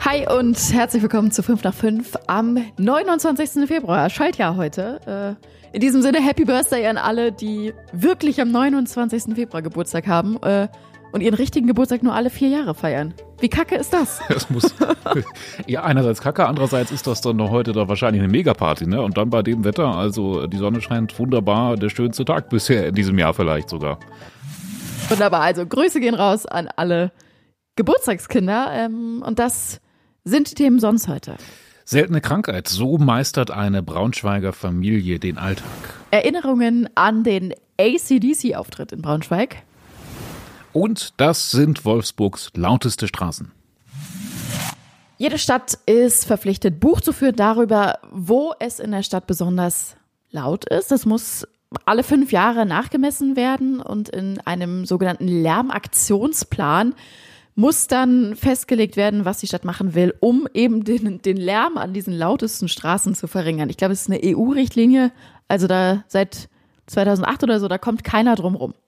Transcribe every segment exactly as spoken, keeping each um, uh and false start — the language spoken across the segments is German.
Hi und herzlich willkommen zu fünf nach fünf am neunundzwanzigsten Februar, Schaltjahr heute. Äh, in diesem Sinne Happy Birthday an alle, die wirklich am neunundzwanzigsten Februar Geburtstag haben äh, und ihren richtigen Geburtstag nur alle vier Jahre feiern. Wie kacke ist das? Das muss ja einerseits kacke, andererseits ist das dann noch heute da wahrscheinlich eine Megaparty, ne? Und dann bei dem Wetter, also die Sonne scheint wunderbar, der schönste Tag bisher in diesem Jahr vielleicht sogar. Wunderbar, also Grüße gehen raus an alle Geburtstagskinder ähm, und das sind die Themen sonst heute. Seltene Krankheit, so meistert eine Braunschweiger Familie den Alltag. Erinnerungen an den A C D C-Auftritt in Braunschweig. Und das sind Wolfsburgs lauteste Straßen. Jede Stadt ist verpflichtet, Buch zu führen darüber, wo es in der Stadt besonders laut ist. Das muss alle fünf Jahre nachgemessen werden und in einem sogenannten Lärmaktionsplan muss dann festgelegt werden, was die Stadt machen will, um eben den, den Lärm an diesen lautesten Straßen zu verringern. Ich glaube, es ist eine E U-Richtlinie, also da seit zweitausendacht oder so, da kommt keiner drum rum.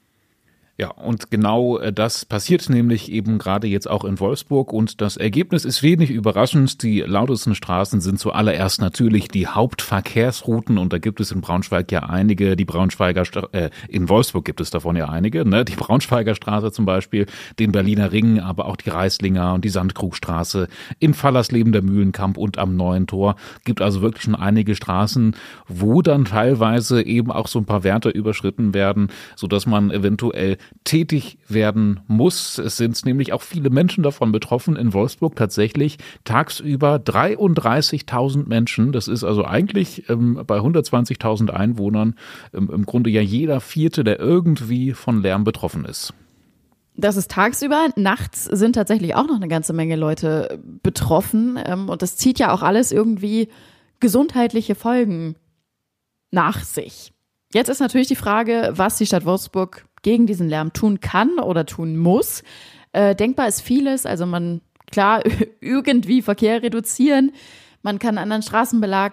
Ja, und genau das passiert nämlich eben gerade jetzt auch in Wolfsburg und das Ergebnis ist wenig überraschend. Die lautesten Straßen sind zuallererst natürlich die Hauptverkehrsrouten und da gibt es in Braunschweig ja einige, die Braunschweiger, äh, in Wolfsburg gibt es davon ja einige, ne? Die Braunschweiger Straße zum Beispiel, den Berliner Ring, aber auch die Reislinger und die Sandkrugstraße, in Fallersleben der Mühlenkamp und am Neuen Tor. Gibt also wirklich schon einige Straßen, wo dann teilweise eben auch so ein paar Werte überschritten werden, sodass man eventuell tätig werden muss. Es sind nämlich auch viele Menschen davon betroffen in Wolfsburg tatsächlich. Tagsüber dreiunddreißigtausend Menschen. Das ist also eigentlich ähm, bei hundertzwanzigtausend Einwohnern ähm, im Grunde ja jeder Vierte, der irgendwie von Lärm betroffen ist. Das ist tagsüber. Nachts sind tatsächlich auch noch eine ganze Menge Leute betroffen. Ähm, und das zieht ja auch alles irgendwie gesundheitliche Folgen nach sich. Jetzt ist natürlich die Frage, was die Stadt Wolfsburg gegen diesen Lärm tun kann oder tun muss. Äh, denkbar ist vieles, also man, klar, irgendwie Verkehr reduzieren, man kann einen anderen Straßenbelag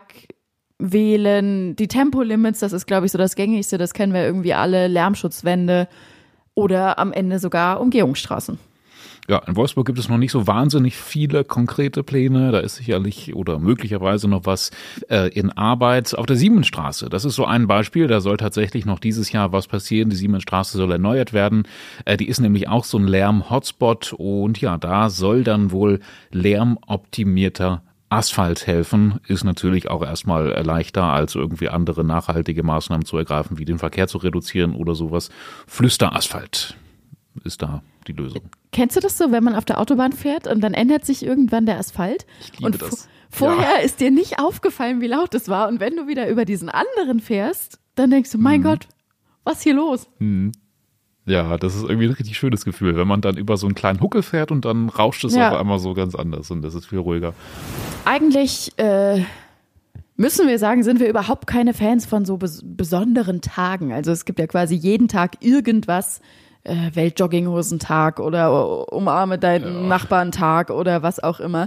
wählen, die Tempolimits, das ist, glaube ich, so das Gängigste, das kennen wir irgendwie alle, Lärmschutzwände oder am Ende sogar Umgehungsstraßen. Ja, in Wolfsburg gibt es noch nicht so wahnsinnig viele konkrete Pläne. Da ist sicherlich oder möglicherweise noch was äh, in Arbeit. Auf der Siemensstraße, das ist so ein Beispiel. Da soll tatsächlich noch dieses Jahr was passieren. Die Siemensstraße soll erneuert werden. Äh, die ist nämlich auch so ein Lärm-Hotspot. Und ja, da soll dann wohl lärmoptimierter Asphalt helfen. Ist natürlich auch erstmal leichter, als irgendwie andere nachhaltige Maßnahmen zu ergreifen, wie den Verkehr zu reduzieren oder sowas. Flüsterasphalt ist da die Lösung. Kennst du das so, wenn man auf der Autobahn fährt und dann ändert sich irgendwann der Asphalt? Ich liebe und das. Vorher ja. ist dir nicht aufgefallen, wie laut es war und wenn du wieder über diesen anderen fährst, dann denkst du, mein mhm. Gott, was ist hier los? Mhm. Ja, das ist irgendwie ein richtig schönes Gefühl, wenn man dann über so einen kleinen Huckel fährt und dann rauscht es ja. auf einmal so ganz anders und das ist viel ruhiger. Eigentlich äh, müssen wir sagen, sind wir überhaupt keine Fans von so bes- besonderen Tagen. Also es gibt ja quasi jeden Tag irgendwas, äh, Weltjogginghosentag oder umarme deinen ja. Nachbarn-Tag oder was auch immer.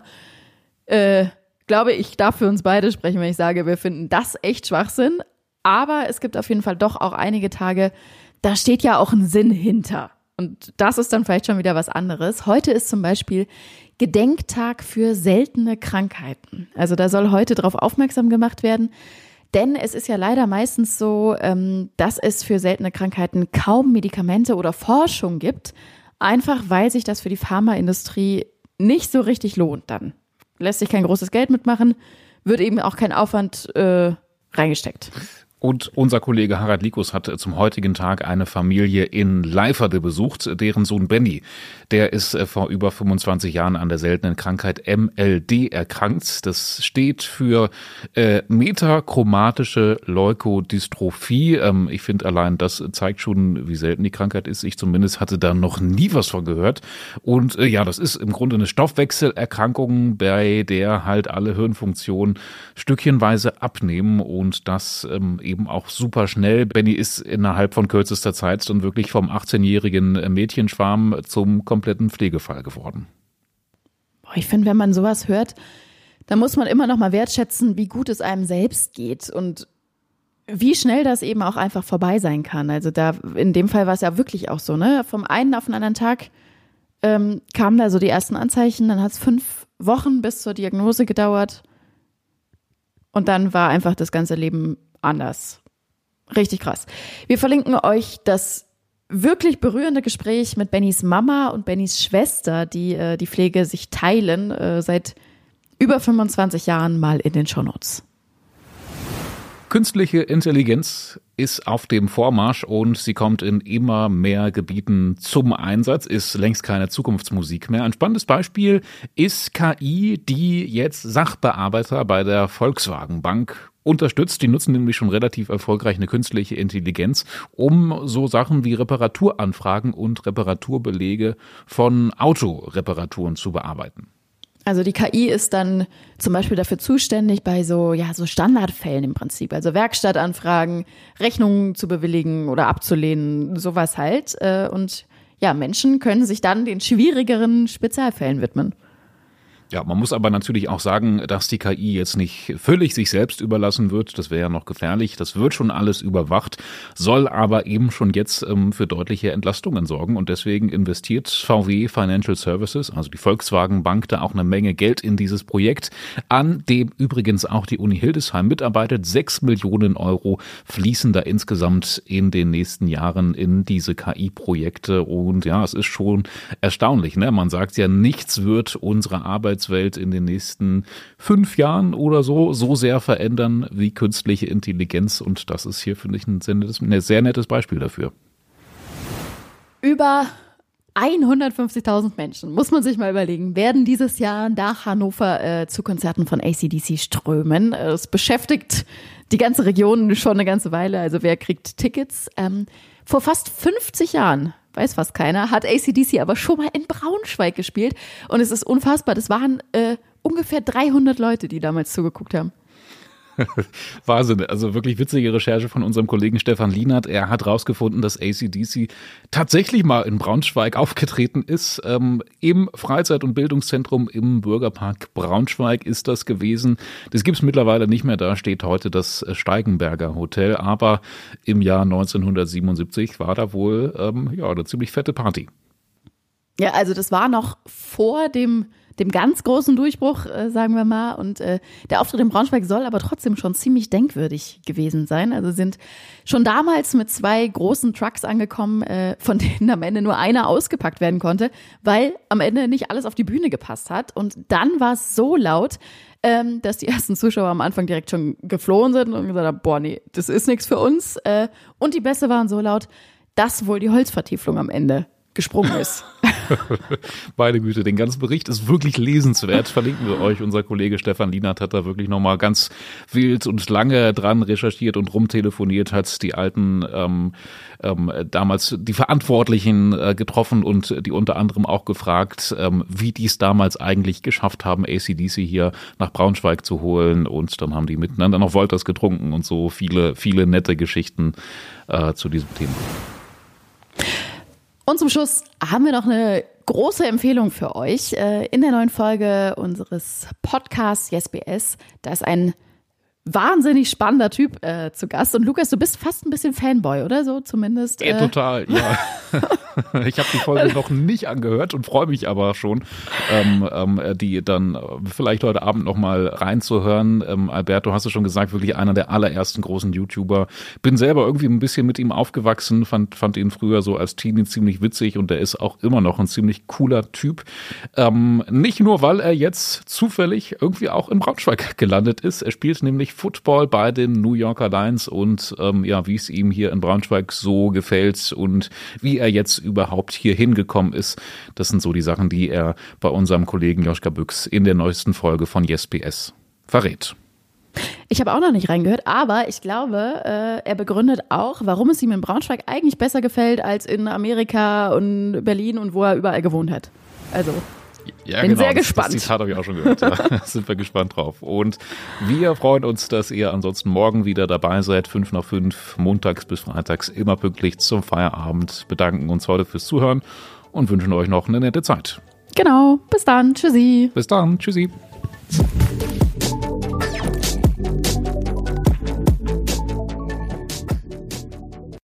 Äh, glaube ich, darf für uns beide sprechen, wenn ich sage, wir finden das echt Schwachsinn. Aber es gibt auf jeden Fall doch auch einige Tage, da steht ja auch ein Sinn hinter. Und das ist dann vielleicht schon wieder was anderes. Heute ist zum Beispiel Gedenktag für seltene Krankheiten. Also da soll heute darauf aufmerksam gemacht werden, denn es ist ja leider meistens so, dass es für seltene Krankheiten kaum Medikamente oder Forschung gibt, einfach weil sich das für die Pharmaindustrie nicht so richtig lohnt dann. Lässt sich kein großes Geld mitmachen, wird eben auch kein Aufwand äh, reingesteckt. Und unser Kollege Harald Likus hat zum heutigen Tag eine Familie in Leiferde besucht, deren Sohn Benny. Der ist vor über fünfundzwanzig Jahren an der seltenen Krankheit M L D erkrankt. Das steht für äh, metachromatische Leukodystrophie. Ähm, ich finde allein, das zeigt schon, wie selten die Krankheit ist. Ich zumindest hatte da noch nie was von gehört. Und äh, ja, das ist im Grunde eine Stoffwechselerkrankung, bei der halt alle Hirnfunktionen stückchenweise abnehmen und das ähm, eben auch super schnell. Benny ist innerhalb von kürzester Zeit dann wirklich vom achtzehnjährigen Mädchenschwarm zum kompletten Pflegefall geworden. Ich finde, wenn man sowas hört, dann muss man immer noch mal wertschätzen, wie gut es einem selbst geht und wie schnell das eben auch einfach vorbei sein kann. Also da in dem Fall war es ja wirklich auch so, ne? Vom einen auf den anderen Tag ähm, kamen da so die ersten Anzeichen, dann hat es fünf Wochen bis zur Diagnose gedauert. Und dann war einfach das ganze Leben anders. Richtig krass. Wir verlinken euch das wirklich berührende Gespräch mit Bennys Mama und Bennys Schwester, die äh, die Pflege sich teilen, äh, seit über fünfundzwanzig Jahren, mal in den Shownotes. Künstliche Intelligenz ist auf dem Vormarsch und sie kommt in immer mehr Gebieten zum Einsatz, ist längst keine Zukunftsmusik mehr. Ein spannendes Beispiel ist K I, die jetzt Sachbearbeiter bei der Volkswagen Bank unterstützt. Die nutzen nämlich schon relativ erfolgreich eine künstliche Intelligenz, um so Sachen wie Reparaturanfragen und Reparaturbelege von Autoreparaturen zu bearbeiten. Also die K I ist dann zum Beispiel dafür zuständig, bei so, ja, so Standardfällen im Prinzip, also Werkstattanfragen, Rechnungen zu bewilligen oder abzulehnen, sowas halt. Und ja, Menschen können sich dann den schwierigeren Spezialfällen widmen. Ja, man muss aber natürlich auch sagen, dass die K I jetzt nicht völlig sich selbst überlassen wird. Das wäre ja noch gefährlich. Das wird schon alles überwacht, soll aber eben schon jetzt ähm, für deutliche Entlastungen sorgen. Und deswegen investiert V W Financial Services, also die Volkswagen Bank, da auch eine Menge Geld in dieses Projekt, an dem übrigens auch die Uni Hildesheim mitarbeitet. Sechs Millionen Euro fließen da insgesamt in den nächsten Jahren in diese K I-Projekte. Und ja, es ist schon erstaunlich, ne? Man sagt ja, nichts wird unsere Arbeit Welt in den nächsten fünf Jahren oder so so sehr verändern wie künstliche Intelligenz. Und das ist hier, finde ich, ein sehr nettes, ein sehr nettes Beispiel dafür. Über hundertfünfzigtausend Menschen, muss man sich mal überlegen, werden dieses Jahr nach Hannover äh, zu Konzerten von A C D C strömen. Es beschäftigt die ganze Region schon eine ganze Weile. Also wer kriegt Tickets? Ähm, vor fast fünfzig Jahren, weiß fast keiner, hat A C D C aber schon mal in Braunschweig gespielt. Und es ist unfassbar. Das waren äh, ungefähr dreihundert Leute, die damals zugeguckt haben. Wahnsinn, also wirklich witzige Recherche von unserem Kollegen Stefan Lienert. Er hat rausgefunden, dass A C D C tatsächlich mal in Braunschweig aufgetreten ist. Ähm, im Freizeit- und Bildungszentrum im Bürgerpark Braunschweig ist das gewesen. Das gibt es mittlerweile nicht mehr, da steht heute das Steigenberger Hotel. Aber im Jahr neunzehnhundertsiebenundsiebzig war da wohl ähm, ja, eine ziemlich fette Party. Ja, also das war noch vor dem dem ganz großen Durchbruch, äh, sagen wir mal. Und äh, der Auftritt in Braunschweig soll aber trotzdem schon ziemlich denkwürdig gewesen sein. Also sind schon damals mit zwei großen Trucks angekommen, äh, von denen am Ende nur einer ausgepackt werden konnte, weil am Ende nicht alles auf die Bühne gepasst hat. Und dann war es so laut, ähm, dass die ersten Zuschauer am Anfang direkt schon geflohen sind und gesagt haben, boah, nee, das ist nichts für uns. Äh, und die Bässe waren so laut, dass wohl die Holzvertiefung am Ende gesprungen ist. Meine Güte, den ganzen Bericht ist wirklich lesenswert. Verlinken wir euch. Unser Kollege Stefan Lienert hat da wirklich nochmal ganz wild und lange dran recherchiert und rumtelefoniert, hat die alten, ähm, ähm, damals die Verantwortlichen äh, getroffen und die unter anderem auch gefragt, ähm, wie die es damals eigentlich geschafft haben, A C D C hier nach Braunschweig zu holen. Und dann haben die miteinander noch Wolters getrunken und so viele, viele nette Geschichten äh, zu diesem Thema. Und zum Schluss haben wir noch eine große Empfehlung für euch. In der neuen Folge unseres Podcasts Yes B S, da ist ein wahnsinnig spannender Typ äh, zu Gast. Und Lukas, du bist fast ein bisschen Fanboy, oder so zumindest? Ja, äh. total, ja. Ich habe die Folge noch nicht angehört und freue mich aber schon, ähm, ähm, die dann vielleicht heute Abend noch mal reinzuhören. Ähm, Alberto, hast du schon gesagt, wirklich einer der allerersten großen YouTuber. Bin selber irgendwie ein bisschen mit ihm aufgewachsen, fand, fand ihn früher so als Teenie ziemlich witzig und er ist auch immer noch ein ziemlich cooler Typ. Ähm, nicht nur, weil er jetzt zufällig irgendwie auch in Braunschweig gelandet ist. Er spielt nämlich Football bei den New Yorker Lions und ähm, ja, wie es ihm hier in Braunschweig so gefällt und wie er jetzt überhaupt hier hingekommen ist. Das sind so die Sachen, die er bei unserem Kollegen Joschka Büchs in der neuesten Folge von Yes B S verrät. Ich habe auch noch nicht reingehört, aber ich glaube, äh, er begründet auch, warum es ihm in Braunschweig eigentlich besser gefällt als in Amerika und Berlin und wo er überall gewohnt hat. Also Ja, bin genau, sehr das, gespannt. Das Zitat habe ich auch schon gehört. Da sind wir gespannt drauf. Und wir freuen uns, dass ihr ansonsten morgen wieder dabei seid. Fünf nach fünf, montags bis freitags, immer pünktlich zum Feierabend. Bedanken uns heute fürs Zuhören und wünschen euch noch eine nette Zeit. Genau. Bis dann. Tschüssi. Bis dann. Tschüssi.